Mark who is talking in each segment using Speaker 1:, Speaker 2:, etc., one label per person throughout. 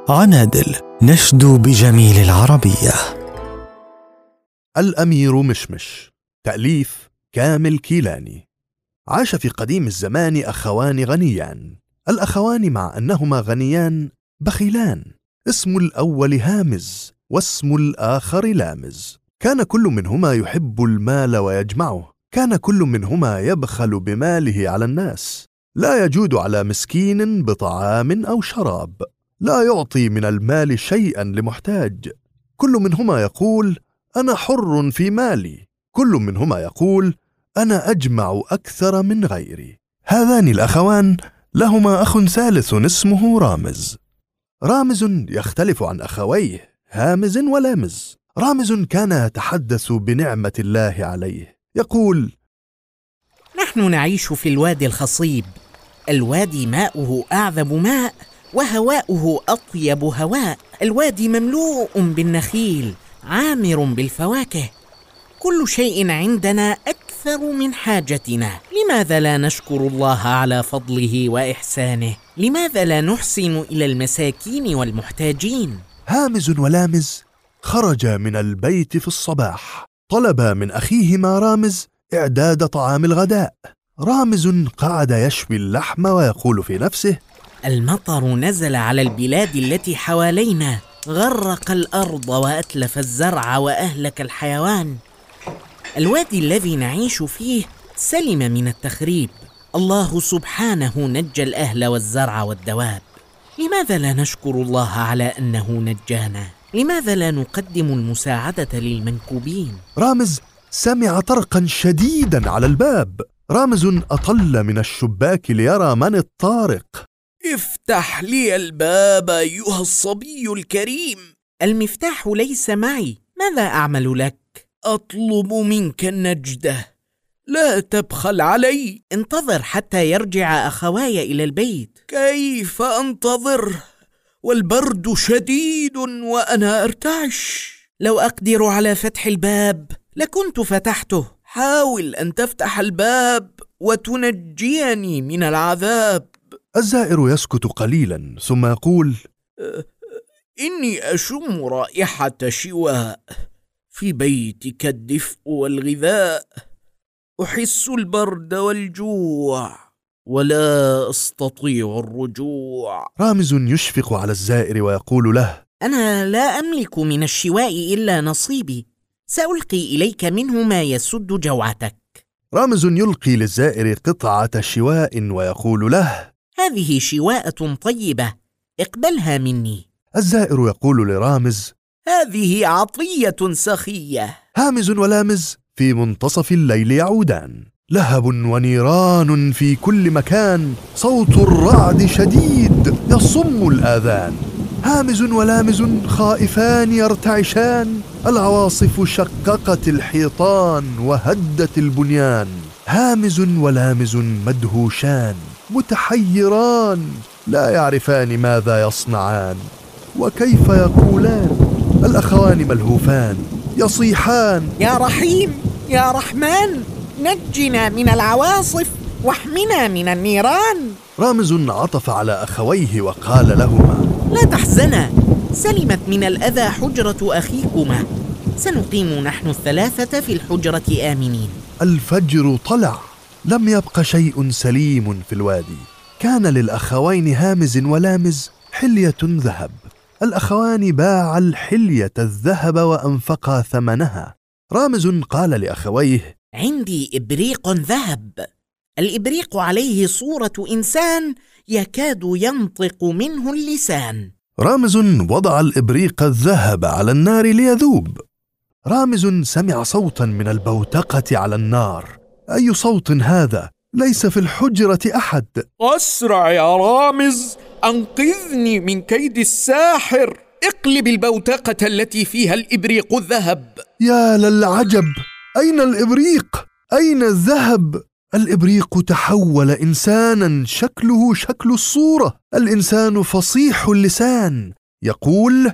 Speaker 1: عنادل نشدو بجميل العربية.
Speaker 2: الأمير مشمش، تأليف كامل كيلاني. عاش في قديم الزمان أخوان غنيان. الأخوان مع أنهما غنيان بخيلان. اسم الأول هامز واسم الآخر لامز. كان كل منهما يحب المال ويجمعه، كان كل منهما يبخل بماله على الناس، لا يجود على مسكين بطعام أو شراب، لا يعطي من المال شيئا لمحتاج. كل منهما يقول أنا حر في مالي، كل منهما يقول أنا أجمع أكثر من غيري. هذان الأخوان لهما أخ ثالث اسمه رامز. رامز يختلف عن أخويه هامز ولامز. رامز كان يتحدث بنعمة الله عليه، يقول:
Speaker 3: نحن نعيش في الوادي الخصيب، الوادي ماؤه أعذب ماء وهواؤه أطيب هواء، الوادي مملوء بالنخيل عامر بالفواكه، كل شيء عندنا أكثر من حاجتنا. لماذا لا نشكر الله على فضله وإحسانه؟ لماذا لا نحسن إلى المساكين والمحتاجين؟
Speaker 2: هامز ولامز خرجا من البيت في الصباح، طلبا من أخيهما رامز إعداد طعام الغداء. رامز قعد يشوي اللحم ويقول في نفسه:
Speaker 3: المطر نزل على البلاد التي حوالينا، غرق الأرض وأتلف الزرع وأهلك الحيوان. الوادي الذي نعيش فيه سلم من التخريب، الله سبحانه نجى الأهل والزرع والدواب. لماذا لا نشكر الله على أنه نجانا؟ لماذا لا نقدم المساعدة للمنكوبين؟
Speaker 2: رامز سمع طرقا شديدا على الباب. رامز أطل من الشباك ليرى من الطارق.
Speaker 3: افتح لي الباب أيها الصبي الكريم. المفتاح ليس معي، ماذا أعمل لك؟ أطلب منك النجدة، لا تبخل علي. انتظر حتى يرجع أخواي إلى البيت. كيف أنتظر والبرد شديد وأنا أرتعش؟ لو أقدر على فتح الباب لكنت فتحته. حاول أن تفتح الباب وتنجيني من العذاب.
Speaker 2: الزائر يسكت قليلا ثم يقول:
Speaker 3: إني أشم رائحة شواء، في بيتك الدفء والغذاء، أحس البرد والجوع ولا أستطيع الرجوع.
Speaker 2: رامز يشفق على الزائر ويقول له:
Speaker 3: أنا لا أملك من الشواء إلا نصيبي، سألقي إليك منه ما يسد جوعتك.
Speaker 2: رامز يلقي للزائر قطعة شواء ويقول له:
Speaker 3: هذه شواءة طيبة، اقبلها مني.
Speaker 2: الزائر يقول لرامز:
Speaker 3: هذه عطية سخية.
Speaker 2: هامز ولامز في منتصف الليل يعودان، لهب ونيران في كل مكان، صوت الرعد شديد يصم الآذان. هامز ولامز خائفان يرتعشان، العواصف شققت الحيطان وهدت البنيان. هامز ولامز مدهوشان متحيران، لا يعرفان ماذا يصنعان وكيف يقولان. الأخوان ملهوفان يصيحان:
Speaker 3: يا رحيم يا رحمن، نجنا من العواصف واحمنا من النيران.
Speaker 2: رامز عطف على أخويه وقال لهما:
Speaker 3: لا تحزنا، سلمت من الأذى حجرة أخيكما، سنقيم نحن الثلاثة في الحجرة آمنين.
Speaker 2: الفجر طلع، لم يبق شيء سليم في الوادي. كان للأخوين هامز ولامز حلية ذهب. الأخوان باعا الحلية الذهب وأنفقا ثمنها. رامز قال لأخويه:
Speaker 3: عندي إبريق ذهب، الإبريق عليه صورة إنسان يكاد ينطق منه اللسان.
Speaker 2: رامز وضع الإبريق الذهب على النار ليذوب. رامز سمع صوتا من البوتقة على النار. أي صوت هذا؟ ليس في الحجرة أحد.
Speaker 3: أسرع يا رامز، أنقذني من كيد الساحر، اقلب البوتقة التي فيها الإبريق الذهب.
Speaker 2: يا للعجب، أين الإبريق؟ أين الذهب؟ الإبريق تحول إنسانا شكله شكل الصورة. الإنسان فصيح اللسان يقول: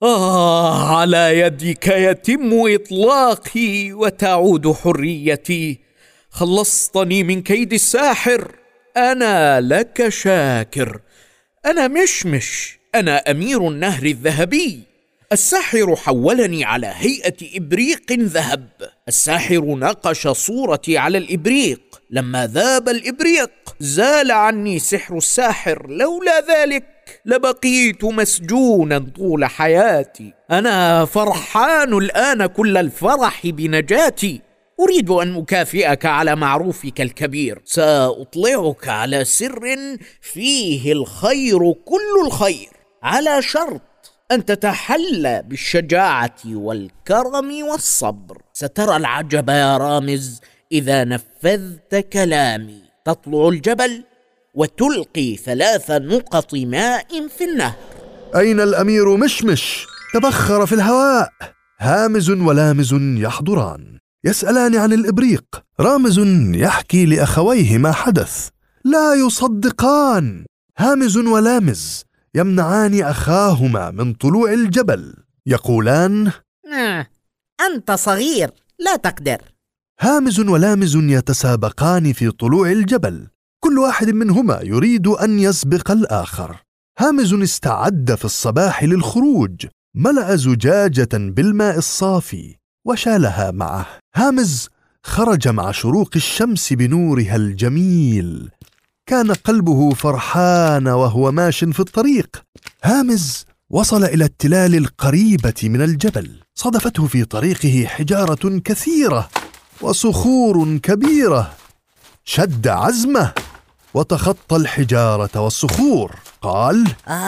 Speaker 3: على يدك يتم إطلاقي وتعود حريتي، خلصتني من كيد الساحر، أنا لك شاكر. أنا مشمش، أنا أمير النهر الذهبي. الساحر حولني على هيئة إبريق ذهب. الساحر نقش صورتي على الإبريق. لما ذاب الإبريق زال عني سحر الساحر، لولا ذلك لبقيت مسجونا طول حياتي. أنا فرحان الآن كل الفرح بنجاتي. أريد أن أكافئك على معروفك الكبير. سأطلعك على سر فيه الخير كل الخير، على شرط أن تتحلى بالشجاعة والكرم والصبر. سترى العجب يا رامز إذا نفذت كلامي. تطلع الجبل وتلقي 3 نقط ماء في النهر.
Speaker 2: أين الأمير مشمش؟ تبخر في الهواء. هامز ولامز يحضران يسألان عن الإبريق. رامز يحكي لأخويه ما حدث. لا يصدقان. هامز ولامز يمنعان أخاهما من طلوع الجبل. يقولان:
Speaker 4: أنت صغير لا تقدر.
Speaker 2: هامز ولامز يتسابقان في طلوع الجبل، كل واحد منهما يريد أن يسبق الآخر. هامز استعد في الصباح للخروج، ملأ زجاجة بالماء الصافي وشالها معه. هامز خرج مع شروق الشمس بنورها الجميل. كان قلبه فرحان وهو ماش في الطريق. هامز وصل إلى التلال القريبة من الجبل. صادفته في طريقه حجارة كثيرة وصخور كبيرة. شد عزمه وتخطى الحجارة والصخور. قال: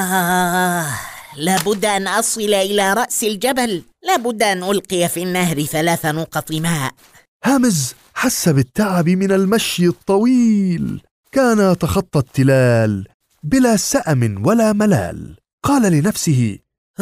Speaker 4: لابد أن أصل إلى رأس الجبل. لابد أن ألقي في النهر 3 نقط ماء.
Speaker 2: هامز حس بالتعب من المشي الطويل. كان يتخطى التلال بلا سأم ولا ملال. قال لنفسه: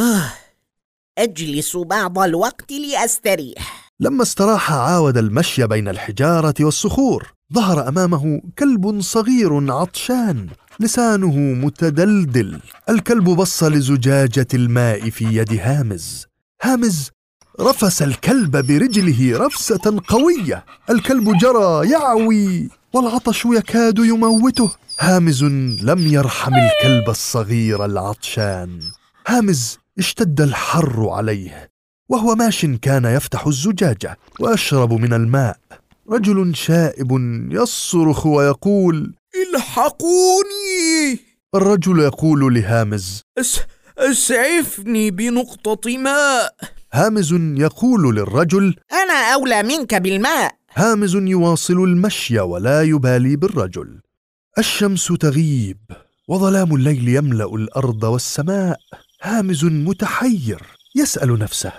Speaker 4: أجلس بعض الوقت لأستريح.
Speaker 2: لما استراح عاود المشي بين الحجارة والصخور. ظهر أمامه كلب صغير عطشان، لسانه متدلدل. الكلب بص لزجاجة الماء في يد هامز. هامز رفس الكلب برجله رفسة قوية. الكلب جرى يعوي والعطش يكاد يموته. هامز لم يرحم الكلب الصغير العطشان. هامز اشتد الحر عليه وهو ماش. كان يفتح الزجاجة ويشرب من الماء. رجل شائب يصرخ ويقول:
Speaker 3: الحقوني!
Speaker 2: الرجل يقول لهامز:
Speaker 3: اسعفني بنقطة ماء.
Speaker 2: هامز يقول للرجل:
Speaker 4: أنا أولى منك بالماء.
Speaker 2: هامز يواصل المشي ولا يبالي بالرجل. الشمس تغيب وظلام الليل يملأ الأرض والسماء. هامز متحير يسأل نفسه: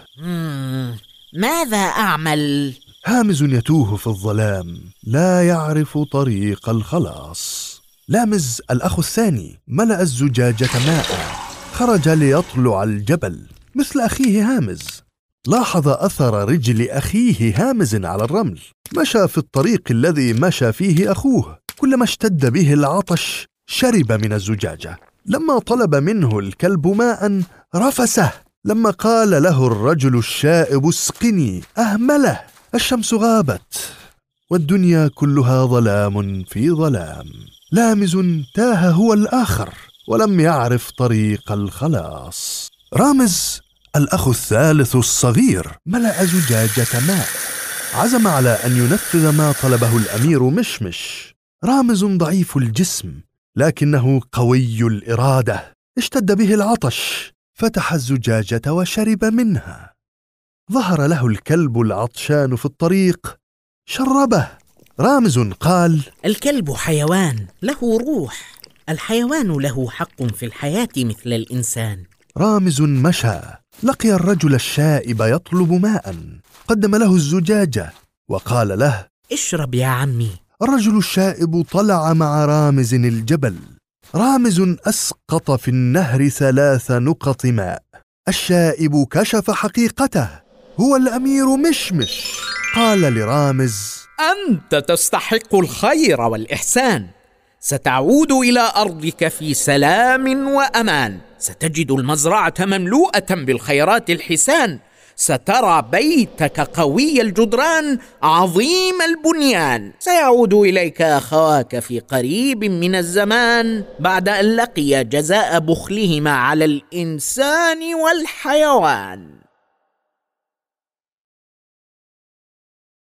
Speaker 4: ماذا أعمل؟
Speaker 2: هامز يتوه في الظلام، لا يعرف طريق الخلاص. لامز الأخ الثاني ملأ الزجاجة ماء. خرج ليطلع الجبل مثل أخيه هامز. لاحظ أثر رجل أخيه هامز على الرمل. مشى في الطريق الذي مشى فيه أخوه. كلما اشتد به العطش شرب من الزجاجة. لما طلب منه الكلب ماء رفسه. لما قال له الرجل الشائب: اسقني، أهمله. الشمس غابت والدنيا كلها ظلام في ظلام. لامز تاه هو الآخر ولم يعرف طريق الخلاص. رامز الأخ الثالث الصغير ملأ زجاجة ماء. عزم على أن ينفذ ما طلبه الأمير مشمش. رامز ضعيف الجسم لكنه قوي الإرادة. اشتد به العطش، فتح الزجاجة وشرب منها. ظهر له الكلب العطشان في الطريق، شربه. رامز قال:
Speaker 4: الكلب حيوان له روح. الحيوان له حق في الحياة مثل الإنسان.
Speaker 2: رامز مشى، لقي الرجل الشائب يطلب ماء. قدم له الزجاجة وقال له:
Speaker 4: اشرب يا عمي.
Speaker 2: الرجل الشائب طلع مع رامز الجبل. رامز أسقط في النهر 3 نقط ماء. الشائب كشف حقيقته، هو الأمير مشمش. قال لرامز:
Speaker 3: أنت تستحق الخير والإحسان. ستعود إلى أرضك في سلام وأمان. ستجد المزرعة مملوءة بالخيرات الحسان. سترى بيتك قوي الجدران عظيم البنيان. سيعود إليك أخواك في قريب من الزمان بعد أن لقي جزاء بخلهما على الإنسان والحيوان.